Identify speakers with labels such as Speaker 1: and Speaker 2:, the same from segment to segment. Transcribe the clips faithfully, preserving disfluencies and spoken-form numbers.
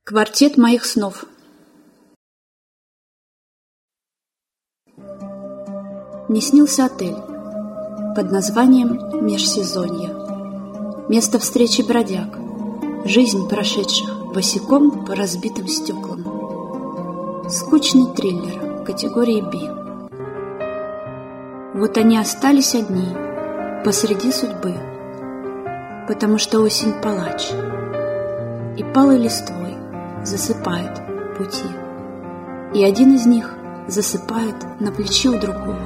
Speaker 1: Квартет моих снов. Мне снился отель под названием «Межсезонье». Место встречи бродяг, жизнь прошедших босиком по разбитым стеклам. Скучный триллер категории «Би». Вот они остались одни посреди судьбы, потому что осень палач, и палой листвой засыпает пути, и один из них засыпает на плече у другого.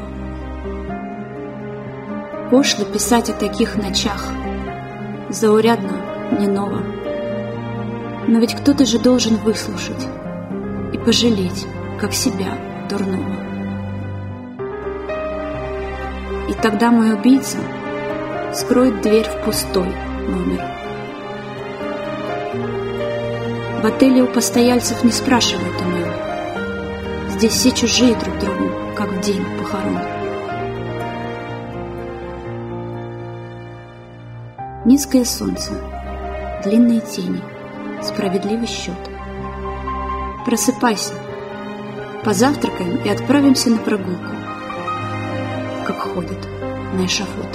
Speaker 1: Пошло писать о таких ночах, заурядно, не ново. Но ведь кто-то же должен выслушать и пожалеть, как себя дурного. И тогда мой убийца скроет дверь в пустой номер. В отеле у постояльцев не спрашивают имена. Здесь все чужие друг другу, как в день похорон. Низкое солнце, длинные тени, справедливый счет. Просыпайся, позавтракаем и отправимся на прогулку, как ходят на эшафот.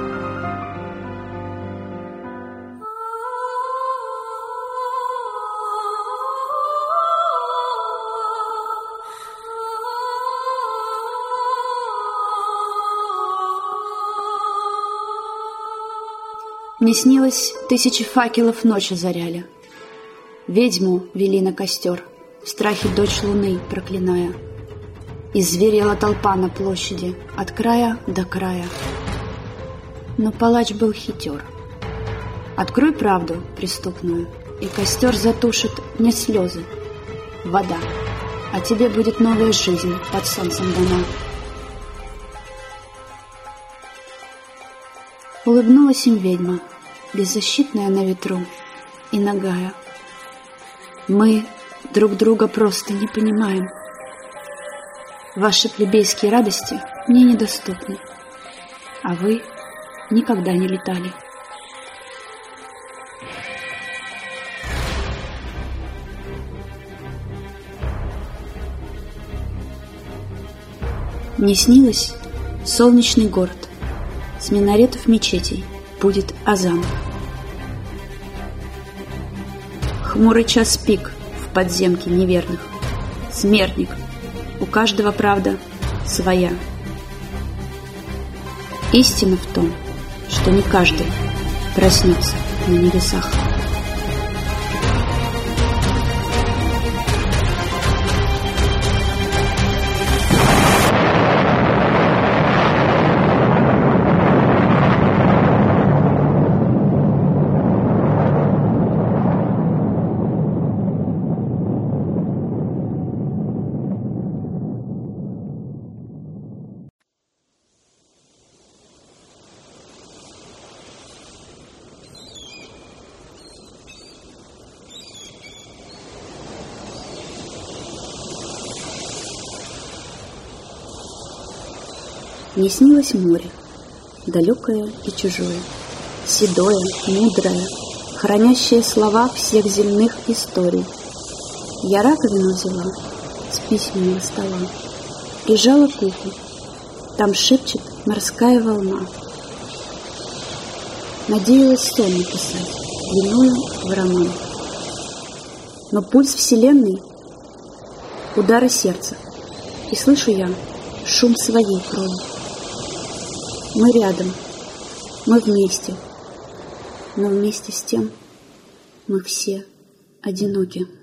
Speaker 1: Мне снилось, тысячи факелов ночи заряли. Ведьму вели на костер, в страхе дочь луны проклиная. И зверела толпа на площади, от края до края. Но палач был хитер. Открой правду преступную, и костер затушит не слезы, вода, а тебе будет новая жизнь под солнцем дана. Улыбнулась им ведьма, беззащитная на ветру и нагая. Мы друг друга просто не понимаем. Ваши плебейские радости мне недоступны, а вы никогда не летали. Мне снилось солнечный город. С минаретов мечетей будет азан. Хмурый час пик в подземке неверных. Смертник, у каждого правда своя. Истина в том, что не каждый проснется на небесах. Мне снилось море, далекое и чужое, седое, мудрое, хранящее слова всех земных историй. Я раковину взяла с письменного стола, прижала к уху, там шепчет морская волна. Надеялась сон написать, длиною в роман. Но пульс вселенной — удары сердца, и слышу я шум своей крови. Мы рядом, мы вместе, но вместе с тем мы все одиноки.